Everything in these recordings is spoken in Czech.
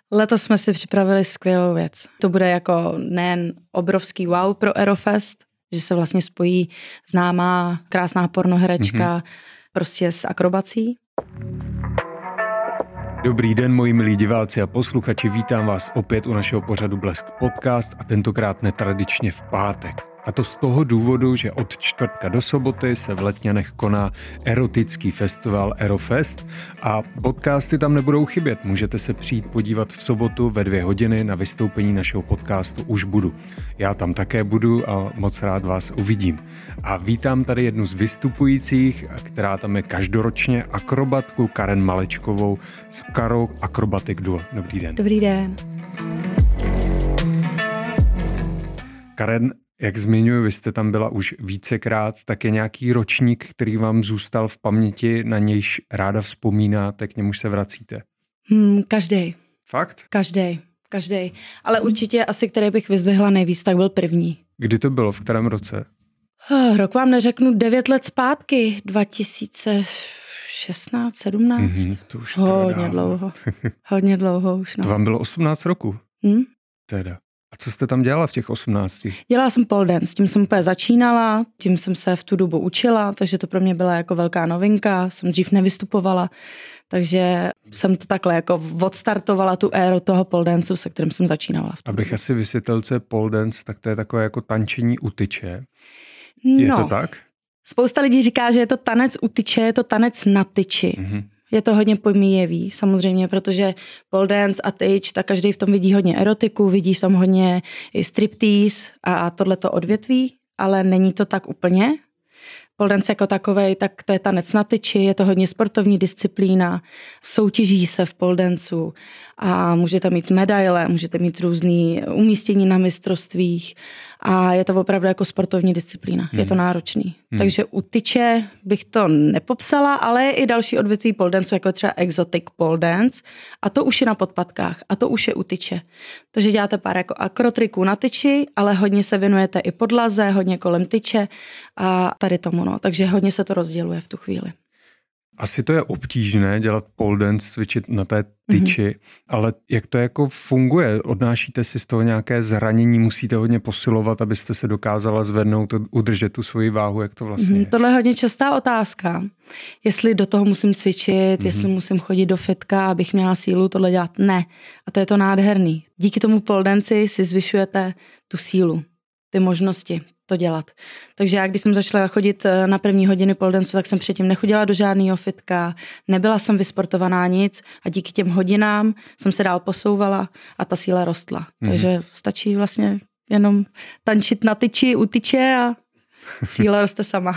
Letos jsme si připravili skvělou věc. To bude jako nejen obrovský wow pro Aerofest, že se vlastně spojí známá, krásná pornoherečka prostě s akrobací. Dobrý den, moji milí diváci a posluchači, vítám vás opět u našeho pořadu Blesk Podcast a tentokrát netradičně v pátek. A to z toho důvodu, že od čtvrtka do soboty se v Letňanech koná erotický festival Aerofest a podcasty tam nebudou chybět. Můžete se přijít podívat v sobotu ve 2 hodiny na vystoupení našeho podcastu Už budu. Já tam také budu a moc rád vás uvidím. A vítám tady jednu z vystupujících, která tam je každoročně, akrobatku Karen Malečkovou z Karo Acrobatic Duo. Dobrý den. Dobrý den. Karen, jak zmiňuji, vy jste tam byla už vícekrát, tak je nějaký ročník, který vám zůstal v paměti, na nějž ráda vzpomínáte, k němuž se vracíte? Každý. Fakt? Každý. Ale určitě asi, který bych vyzdvihla nejvíc, tak byl první. Kdy to bylo? V kterém roce? Rok vám neřeknu, 9 let zpátky, 2016, 17. To už Hodně dlouho už. No. To vám bylo 18 roku? Teda. A co jste tam dělala v těch 18? Dělala jsem pole dance, s tím jsem úplně začínala, tím jsem se v tu dobu učila, takže to pro mě byla jako velká novinka, jsem dřív nevystupovala, takže jsem to takhle jako odstartovala tu éru toho pole danceu, se kterým jsem začínala. Abych asi vysvětlil, co je pole dance, tak to je takové jako tančení u tyče. Je to tak? Spousta lidí říká, že je to tanec u tyče, je to tanec na tyči. Je to hodně pomíjevý, samozřejmě, protože pole dance a tyč, tak každý v tom vidí hodně erotiku, vidí v tom hodně i striptease a tohleto odvětví, ale není to tak úplně. Pole dance jako takovej, tak to je tanec na tyči, je to hodně sportovní disciplína, soutěží se v pole danceu a můžete mít medaile, můžete mít různý umístění na mistrovstvích a je to opravdu jako sportovní disciplína, je to náročný. Takže u tyče bych to nepopsala, ale je i další odvětví pole danceu, jako třeba exotic pole dance a to už je na podpatkách a to už je u tyče. Takže děláte pár jako akrotriků na tyči, ale hodně se věnujete i podlaze, hodně kolem tyče a tady tomu. No, takže hodně se to rozděluje v tu chvíli. Asi to je obtížné dělat pole dance, cvičit na té tyči, ale jak to jako funguje? Odnášíte si z toho nějaké zranění, musíte hodně posilovat, abyste se dokázala zvednout, udržet tu svoji váhu, jak to vlastně je? Tohle je hodně častá otázka. Jestli do toho musím cvičit, jestli musím chodit do fitka, abych měla sílu tohle dělat. Ne. A to je to nádherný. Díky tomu pole dance si zvyšujete tu sílu, ty možnosti to dělat. Takže já, když jsem začala chodit na první hodiny pole danceu, tak jsem předtím nechodila do žádného fitka, nebyla jsem vysportovaná nic a díky těm hodinám jsem se dál posouvala a ta síla rostla. Takže stačí vlastně jenom tančit na tyči, u tyče a síla roste sama.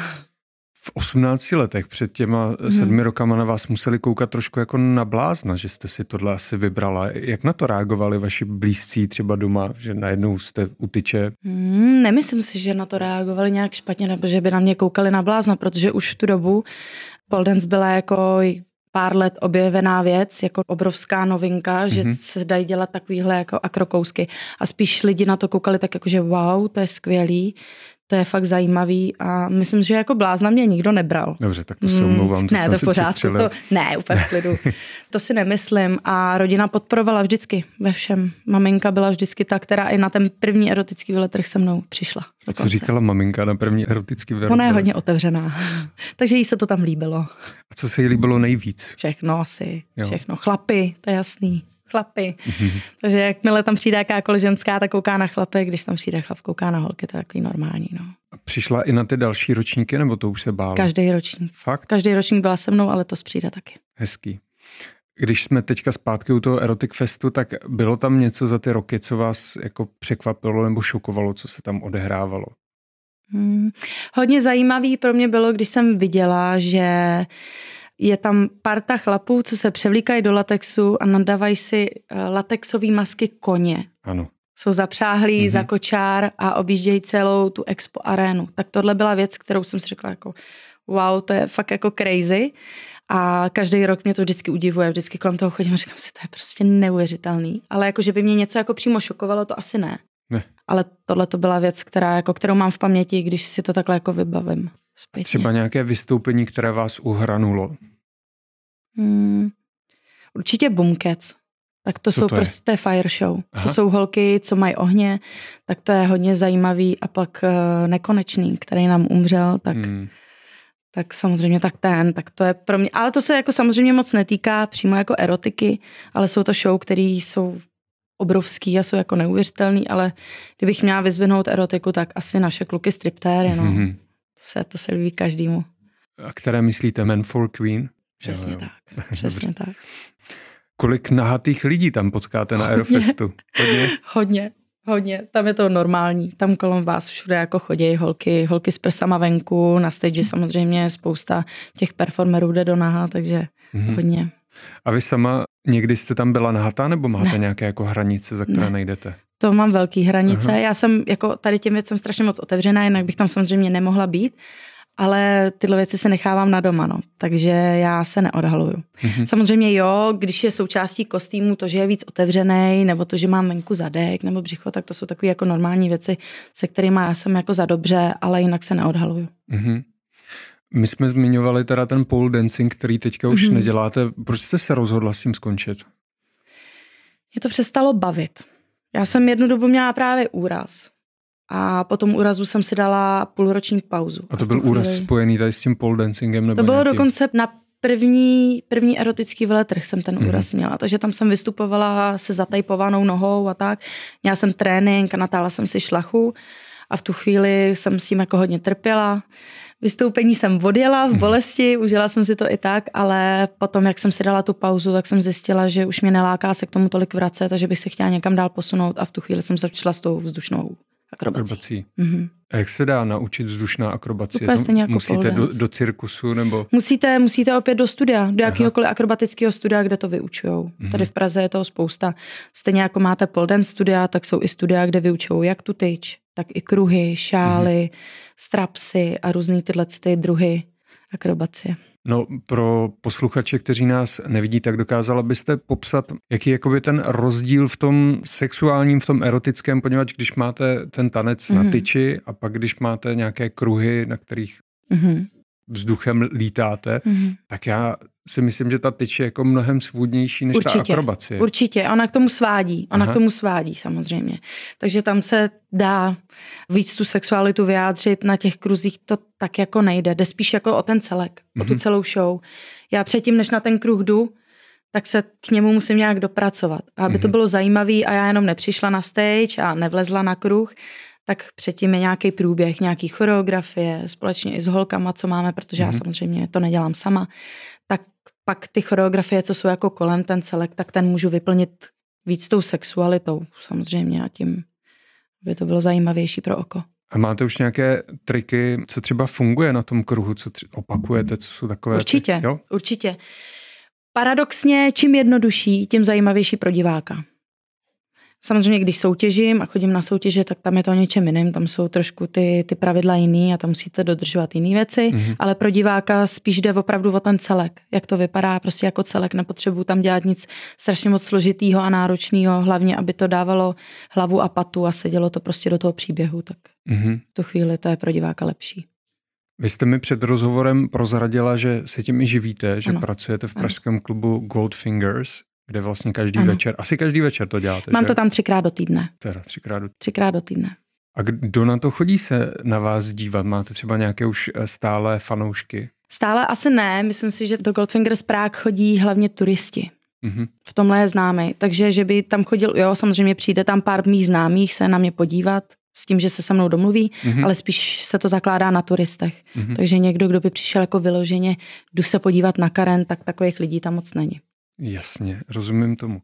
V 18 letech před těma 7 rokama na vás museli koukat trošku jako na blázna, že jste si tohle asi vybrala. Jak na to reagovali vaši blízcí třeba doma, že najednou jste u tyče? Nemyslím si, že na to reagovali nějak špatně, nebo že by na mě koukali na blázna, protože už v tu dobu pole dance byla jako pár let objevená věc, jako obrovská novinka, že se dají dělat takovýhle jako akrokousky. A spíš lidi na to koukali tak jako, že wow, to je skvělý, to je fakt zajímavý a myslím, že jako blázna mě nikdo nebral. Dobře, tak to se omlouvám. Ne, to v pořádku. Ne, úplně v klidu. To si nemyslím a rodina podporovala vždycky ve všem. Maminka byla vždycky ta, která i na ten první erotický veletrh se mnou přišla. A co říkala maminka na první erotický veletrh? Ona je hodně otevřená, takže jí se to tam líbilo. A co se jí líbilo nejvíc? Všechno asi, všechno. Chlapy, to je jasný. Chlapy. Takže jakmile tam přijde jakákoliv ženská, tak kouká na chlapy, když tam přijde chlap, kouká na holky, to je takový normální. No. A přišla i na ty další ročníky, nebo to už se bála? Každý ročník. Fakt? Každý ročník byla se mnou, ale to přijde taky. Hezký. Když jsme teďka zpátky u toho Erotic Festu, tak bylo tam něco za ty roky, co vás jako překvapilo nebo šokovalo, co se tam odehrávalo? Hodně zajímavý pro mě bylo, když jsem viděla, že je tam parta chlapů, co se převlíkají do latexu a nadávají si latexové masky koně. Ano. Jsou zapřáhlí za kočár a objíždějí celou tu expo arénu. Tak tohle byla věc, kterou jsem si řekla jako wow, to je fakt jako crazy. A každý rok mě to vždycky udivuje, vždycky kolem toho chodím a říkám si, to je prostě neuvěřitelný. Ale jako, že by mě něco jako přímo šokovalo, to asi ne. Ale tohle to byla věc, kterou mám v paměti, když si to takhle jako vybavím zpětně. Třeba nějaké vystoupení, které vás uhranulo? Určitě Boom Cats. Tak to jsou prostě, to je fire show. Aha. To jsou holky, co mají ohně, tak to je hodně zajímavý. A pak Nekonečný, který nám umřel, tak samozřejmě tak to je pro mě. Ale to se jako samozřejmě moc netýká přímo jako erotiky, ale jsou to show, které jsou obrovský a jsou jako neuvěřitelný, ale kdybych měla vyzvihnout erotiku, tak asi naše kluky striptéry, no. To se líbí každému. A které myslíte? Men for Queen? Přesně tak. Přesně tak. Kolik nahatých lidí tam potkáte na Aerofestu? Hodně. Tam je to normální. Tam kolem vás všude jako chodí holky s prsama venku. Na stage samozřejmě spousta těch performerů jde do naha, takže hodně. A vy sama někdy jste tam byla nahatá, nebo máte nějaké jako hranice, za které nejdete? To mám velký hranice. Aha. Já jsem jako tady těm věcem strašně moc otevřená, jinak bych tam samozřejmě nemohla být. Ale tyhle věci se nechávám na doma, no. Takže já se neodhaluju. Samozřejmě jo, když je součástí kostýmu to, že je víc otevřenej, nebo to, že mám venku zadek nebo břicho, tak to jsou takové jako normální věci, se kterými já jsem jako za dobře, ale jinak se neodhaluju. My jsme zmiňovali teda ten pole dancing, který teďka už neděláte. Proč jste se rozhodla s tím skončit? Mě to přestalo bavit. Já jsem jednu dobu měla právě úraz. A po tom úrazu jsem si dala půlroční pauzu. A to byl úraz spojený tady s tím pole dancingem? Nebo to bylo dokonce na první erotický veletrh jsem ten úraz měla. Takže tam jsem vystupovala se zatajpovanou nohou a tak. Měla jsem trénink a natáhla jsem si šlachu. A v tu chvíli jsem s tím jako hodně trpěla. Vystoupení jsem odjela v bolesti, užila jsem si to i tak, ale potom, jak jsem si dala tu pauzu, tak jsem zjistila, že už mě neláká se k tomu tolik vracet a že bych se chtěla někam dál posunout a v tu chvíli jsem začala s tou vzdušnou akrobací. A jak se dá naučit vzdušná akrobacie? Jako musíte do cirkusu nebo? Musíte opět do studia, do jakéhokoliv akrobatického studia, kde to vyučujou. Tady v Praze je toho spousta. Stejně jako máte pole dance studia, tak jsou i studia, kde vyučujou jak tu tyč, tak i kruhy, šály, strapsy a různý tyhle druhy akrobacie. No, pro posluchače, kteří nás nevidí, tak dokázala byste popsat, jaký je jakoby ten rozdíl v tom sexuálním, v tom erotickém, poněvadž když máte ten tanec na tyči a pak když máte nějaké kruhy, na kterých vzduchem lítáte, tak já si myslím, že ta tyč je jako mnohem svůdnější než ta akrobacie. Určitě, ona k tomu svádí. Ona k tomu svádí samozřejmě. Takže tam se dá víc tu sexualitu vyjádřit, na těch kruzích to tak jako nejde. Jde spíš jako o ten celek, o tu celou show. Já předtím, než na ten kruh jdu, tak se k němu musím nějak dopracovat. A aby to bylo zajímavý a já jenom nepřišla na stage a nevlezla na kruh, tak předtím je nějaký průběh, nějaký choreografie, společně i s holkama, co máme, protože já samozřejmě to nedělám sama. Tak pak ty choreografie, co jsou jako kolem ten celek, tak ten můžu vyplnit víc tou sexualitou samozřejmě a tím by to bylo zajímavější pro oko. A máte už nějaké triky, co třeba funguje na tom kruhu, co opakujete, co jsou takové? Určitě. Paradoxně, čím jednodušší, tím zajímavější pro diváka. Samozřejmě, když soutěžím a chodím na soutěže, tak tam je to o něčem jiném, tam jsou trošku ty pravidla jiný a tam musíte dodržovat jiné věci, ale pro diváka spíš jde opravdu o ten celek, jak to vypadá prostě jako celek, nepotřebuji tam dělat nic strašně moc složitýho a náročného, hlavně, aby to dávalo hlavu a patu a sedělo to prostě do toho příběhu, tak v tu chvíli to je pro diváka lepší. Vy jste mi před rozhovorem prozradila, že se tím i živíte, že pracujete v pražském klubu Goldfingers, kde vlastně každý večer, asi každý večer to děláte, Mám to tam 3krát do týdne. Teda 3krát do týdne. A kdo na to chodí se na vás dívat? Máte třeba nějaké už stále fanoušky? Stále asi ne, myslím si, že do Goldfingers Prague chodí hlavně turisti. V tomhle je známý, takže že by tam chodil, samozřejmě přijde tam pár mých známých se na mě podívat, s tím, že se mnou domluví, ale spíš se to zakládá na turistech. Takže někdo, kdo by přišel jako vyloženě, jdu se podívat na Karen, tak takových lidí tam moc není. Jasně, rozumím tomu.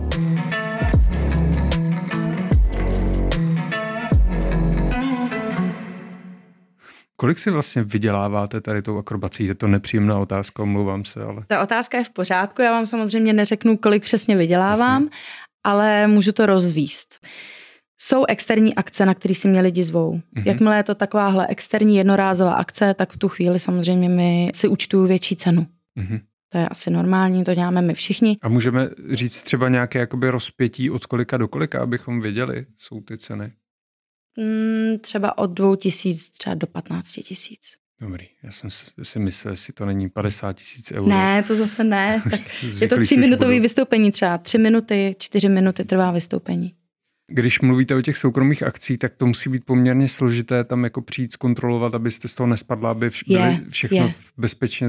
Kolik si vlastně vyděláváte tady tou akrobací? Je to nepříjemná otázka, omlouvám se, ale... Ta otázka je v pořádku, já vám samozřejmě neřeknu, kolik přesně vydělávám, ale můžu to rozvíst. Jsou externí akce, na které si mě lidi zvou. Jakmile je to takováhle externí jednorázová akce, tak v tu chvíli samozřejmě mi si účtuju větší cenu. To je asi normální, to děláme my všichni. A můžeme říct třeba nějaké jakoby rozpětí od kolika do kolika, abychom věděli, jsou ty ceny? Třeba od 2 000 třeba do 15 000. Dobrý, já jsem si myslel, jestli to není 50 000 eur. Ne, to zase ne. Tak je to 3-minutové vystoupení třeba. 3 minuty, 4 minuty trvá vystoupení. Když mluvíte o těch soukromých akcích, tak to musí být poměrně složité tam jako přijít zkontrolovat, abyste z toho nespadla, aby byly všechno bezpečně.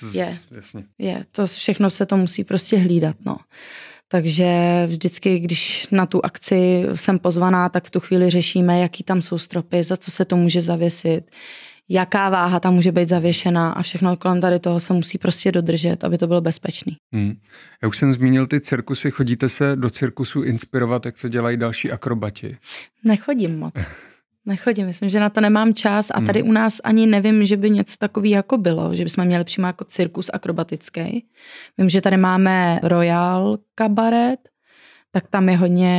Jasně. To všechno se to musí prostě hlídat. No. Takže vždycky, když na tu akci jsem pozvaná, tak v tu chvíli řešíme, jaký tam jsou stropy, za co se to může zavěsit, jaká váha tam může být zavěšená a všechno kolem tady toho se musí prostě dodržet, aby to bylo bezpečný. Já už jsem zmínil ty cirkusy. Chodíte se do cirkusu inspirovat, jak to dělají další akrobati? Nechodím moc. Myslím, že na to nemám čas a tady u nás ani nevím, že by něco takového jako bylo, že bychom měli přímo jako cirkus akrobatický. Vím, že tady máme Royal Kabaret, tak tam je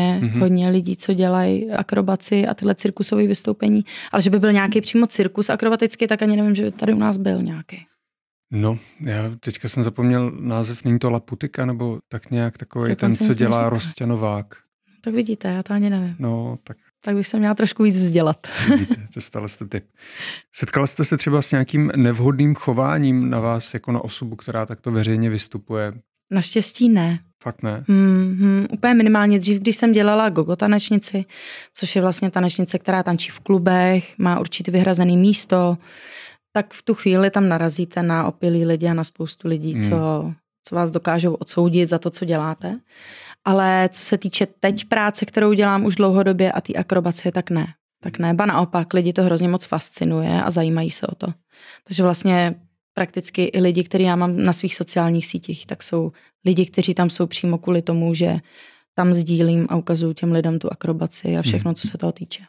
hodně lidí, co dělají akrobaci a tyhle cirkusové vystoupení. Ale že by byl nějaký přímo cirkus akrobatický, tak ani nevím, že by tady u nás byl nějaký. No, já teďka jsem zapomněl název, není to Laputika, nebo tak nějak takový ten, co dělá Rosťanovák. Tak vidíte, já to ani nevím. No, tak bych se měla trošku víc vzdělat. Vidíte, dostala jste tip. Setkala jste se třeba s nějakým nevhodným chováním na vás, jako na osobu, která takto veřejně vystupuje? Naštěstí ne. Fakt ne? Úplně minimálně. Dřív, když jsem dělala gogo tanečnici, což je vlastně tanečnice, která tančí v klubech, má určitě vyhrazené místo, tak v tu chvíli tam narazíte na opilý lidi a na spoustu lidí, co vás dokážou odsoudit za to, co děláte. Ale co se týče teď práce, kterou dělám už dlouhodobě a té akrobacie, tak ne. Ba naopak, lidi to hrozně moc fascinuje a zajímají se o to. Takže vlastně prakticky i lidi, který já mám na svých sociálních sítích, tak jsou lidi, kteří tam jsou přímo kvůli tomu, že tam sdílím a ukazuju těm lidem tu akrobaci a všechno, co se toho týče.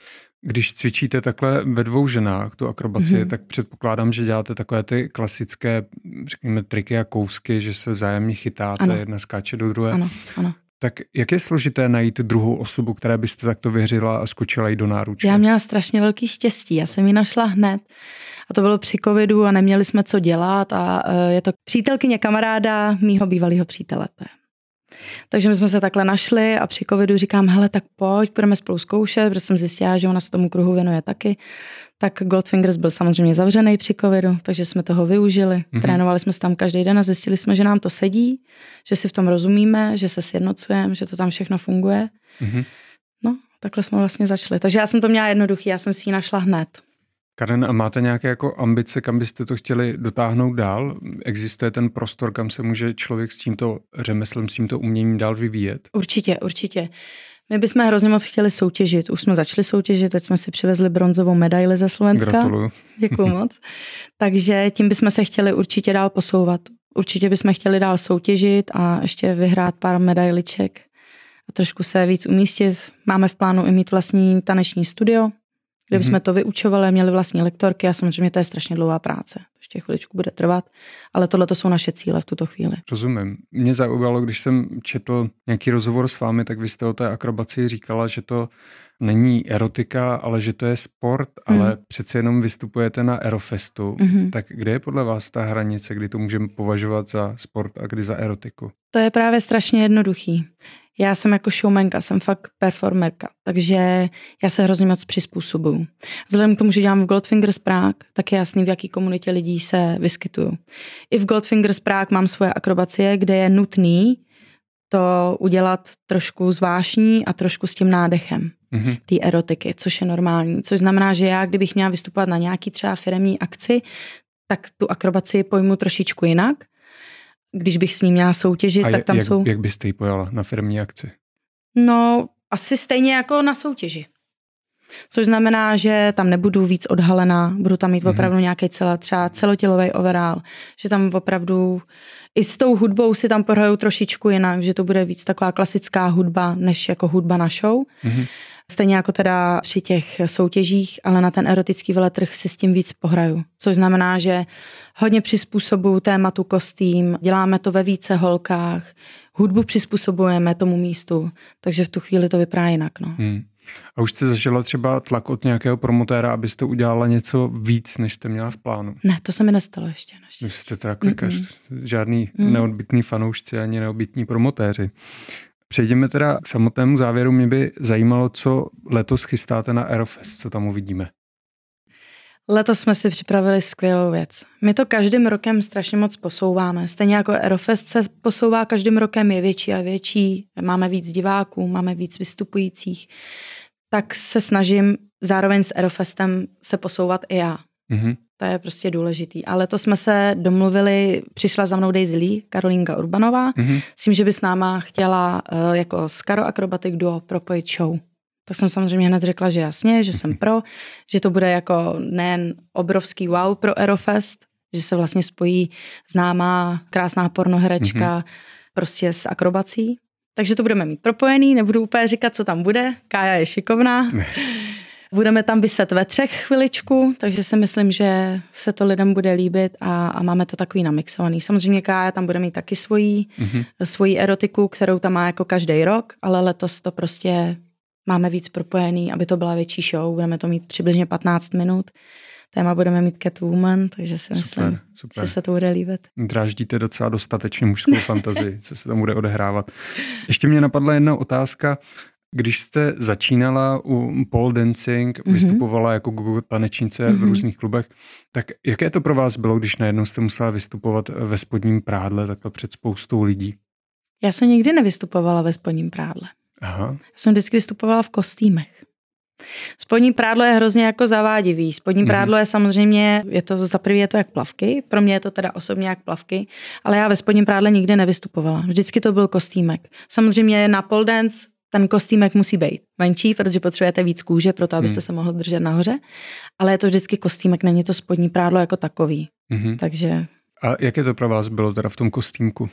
Když cvičíte takhle ve dvou ženách tu akrobaci, tak předpokládám, že děláte takové ty klasické, řekněme, triky a kousky, že se vzájemně chytáte, ano. Jedna skáče do druhé. Ano. Tak jak je složité najít druhou osobu, které byste takto věřila a skočila jí do náruče? Já měla strašně velký štěstí, já jsem ji našla hned. A to bylo při covidu a neměli jsme co dělat a je to přítelkyně kamaráda mýho bývalého přítele. Takže my jsme se takhle našli a při covidu říkám, hele, tak pojď, budeme spolu zkoušet, protože jsem zjistila, že ona se tomu kruhu věnuje taky. Tak Goldfingers byl samozřejmě zavřený při covidu, takže jsme toho využili. Trénovali jsme se tam každý den a zjistili jsme, že nám to sedí, že si v tom rozumíme, že se sjednocujeme, že to tam všechno funguje. No, takhle jsme vlastně začali. Takže já jsem to měla jednoduchý, já jsem si ji našla hned. Karen, a máte nějaké jako ambice, kam byste to chtěli dotáhnout dál? Existuje ten prostor, kam se může člověk s tímto řemeslem, s tímto uměním dál vyvíjet? Určitě. My bychom hrozně moc chtěli soutěžit. Už jsme začali soutěžit, teď jsme si přivezli bronzovou medaili ze Slovenska. Gratuluju. Děkuju moc. Takže tím bychom se chtěli určitě dál posouvat. Určitě bychom chtěli dál soutěžit a ještě vyhrát pár medailiček a trošku se víc umístit. Máme v plánu i mít vlastní taneční studio, kde bychom to vyučovali, měli vlastní lektorky a samozřejmě to je strašně dlouhá práce. To ještě chviličku bude trvat, ale tohle to jsou naše cíle v tuto chvíli. Rozumím. Mě zaujalo, když jsem četl nějaký rozhovor s vámi, tak vy jste o té akrobaci říkala, že to není erotika, ale že to je sport, ale přece jenom vystupujete na Aerofestu. Tak kde je podle vás ta hranice, kdy to můžeme považovat za sport a kdy za erotiku? To je právě strašně jednoduchý. Já jsem jako showmanka, jsem fakt performerka, takže já se hrozně moc přizpůsobuju. Vzhledem k tomu, že dělám v Goldfingers Prague, tak je jasný, v jaký komunitě lidí se vyskytuju. I v Goldfingers Prague mám svoje akrobacie, kde je nutný to udělat trošku zvláštní a trošku s tím nádechem té erotiky, což je normální. Což znamená, že já, kdybych měla vystupovat na nějaký třeba firemní akci, tak tu akrobaci pojmu trošičku jinak. Když bych s ním měla soutěžit, tak tam jsou... Jak byste ji pojala na firmní akci? No, asi stejně jako na soutěži. Což znamená, že tam nebudu víc odhalená, budu tam mít opravdu nějaký třeba celotělový overall, že tam opravdu i s tou hudbou si tam pohraju trošičku jinak, že to bude víc taková klasická hudba, než jako hudba na show. Stejně jako teda při těch soutěžích, ale na ten erotický veletrh si s tím víc pohraju. Což znamená, že hodně přizpůsobuju tématu kostým, děláme to ve více holkách, hudbu přizpůsobujeme tomu místu, takže v tu chvíli to vypadá jinak. No. A už jste zažila třeba tlak od nějakého promotéra, abyste udělala něco víc, než jste měla v plánu? Ne, to se mi nestalo ještě. Vy jste teda klikař, žádný neodbytný fanoušci ani neodbytní promotéři. Přejdeme teda k samotnému závěru. Mě by zajímalo, co letos chystáte na Aerofest, co tam uvidíme. Letos jsme si připravili skvělou věc. My to každým rokem strašně moc posouváme. Stejně jako Aerofest se posouvá každým rokem, je větší a větší. Máme víc diváků, máme víc vystupujících. Tak se snažím zároveň s Aerofestem se posouvat i já. Mm-hmm. To je prostě důležitý. Ale to jsme se domluvili, přišla za mnou Daisy Lee, Karolínka Urbanová, s tím, že by s náma chtěla jako Skaro Acrobatic Duo propojit show. Tak jsem samozřejmě hned řekla, že jasně, že jsem pro, že to bude jako nejen obrovský wow pro Aerofest, že se vlastně spojí známá, krásná pornoherečka prostě s akrobací. Takže to budeme mít propojený, nebudu úplně říkat, co tam bude. Kája je šikovná. Budeme tam viset ve 3 chviličku, takže si myslím, že se to lidem bude líbit a máme to takový namixovaný. Samozřejmě Kája tam bude mít taky svoji erotiku, kterou tam má jako každý rok, ale letos to prostě máme víc propojený, aby to byla větší show. Budeme to mít přibližně 15 minut. Téma budeme mít Catwoman, takže si myslím, super. že se to bude líbit. Dráždíte docela dostatečně mužskou fantazii, co se tam bude odehrávat. Ještě mě napadla jedna otázka. Když jste začínala u pole dancing, vystupovala jako tanečnice v různých klubech, tak jaké to pro vás bylo, když najednou jste musela vystupovat ve spodním prádle takhle před spoustou lidí? Já jsem nikdy nevystupovala ve spodním prádle. Aha. Já jsem vždycky vystupovala v kostýmech. Spodní prádlo je hrozně jako zavádivý. Spodní prádlo je samozřejmě, za prvý je to jak plavky, pro mě je to teda osobně jak plavky, ale já ve spodním prádle nikdy nevystupovala. Vždycky to byl kostýmek. Samozřejmě na pole dance ten kostýmek musí být menší, protože potřebujete víc kůže pro to, abyste se mohl držet nahoře, ale je to vždycky kostýmek, není to spodní prádlo jako takový. Takže... A jaké to pro vás bylo teda v tom kostýmku?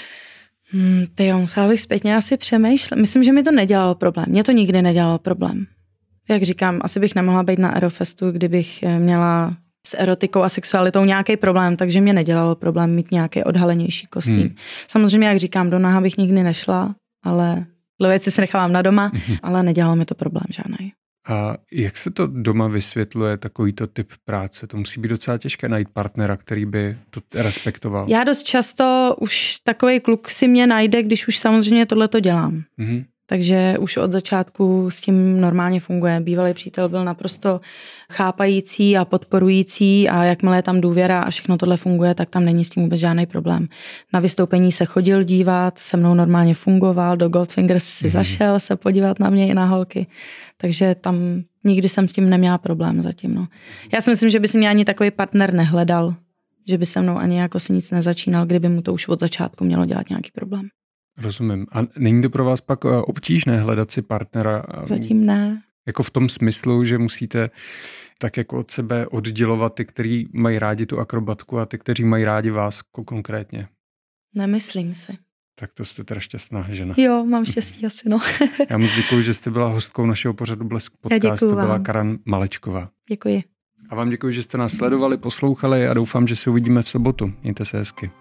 Musela bych zpětně asi přemýšlet. Myslím, že mi to nedělalo problém. Mně to nikdy nedělalo problém. Jak říkám, asi bych nemohla být na Aerofestu, kdybych měla s erotikou a sexualitou nějaký problém, takže mě nedělalo problém mít nějaký odhalenější kostým. Samozřejmě, jak říkám, do naha bych nikdy nešla, ale věci si nechávám na doma, ale nedělalo mi to problém žádný. A jak se to doma vysvětluje, takovýto typ práce? To musí být docela těžké najít partnera, který by to respektoval. Já dost často už takový kluk si mě najde, když už samozřejmě tohleto dělám. Takže už od začátku s tím normálně funguje. Bývalý přítel byl naprosto chápající a podporující a jakmile je tam důvěra a všechno tohle funguje, tak tam není s tím vůbec žádný problém. Na vystoupení se chodil dívat, se mnou normálně fungoval, do Goldfingers si zašel se podívat na mě i na holky. Takže tam nikdy jsem s tím neměla problém zatím. No. Já si myslím, že by si mě ani takový partner nehledal, že by se mnou ani jako si nic nezačínal, kdyby mu to už od začátku mělo dělat nějaký problém. Rozumím. A není to pro vás pak obtížné hledat si partnera? Zatím ne. Jako v tom smyslu, že musíte tak jako od sebe oddělovat ty, kteří mají rádi tu akrobatku a ty, kteří mají rádi vás konkrétně? Nemyslím si. Tak to jste teda šťastná žena. Jo, mám štěstí asi, no. Já moc děkuji, že jste byla hostkou našeho pořadu Blesk Podcast. To byla Karan Malečková. Děkuji. A vám děkuji, že jste nás sledovali, poslouchali a doufám, že se uvidíme v sobotu. Mějte se hezky.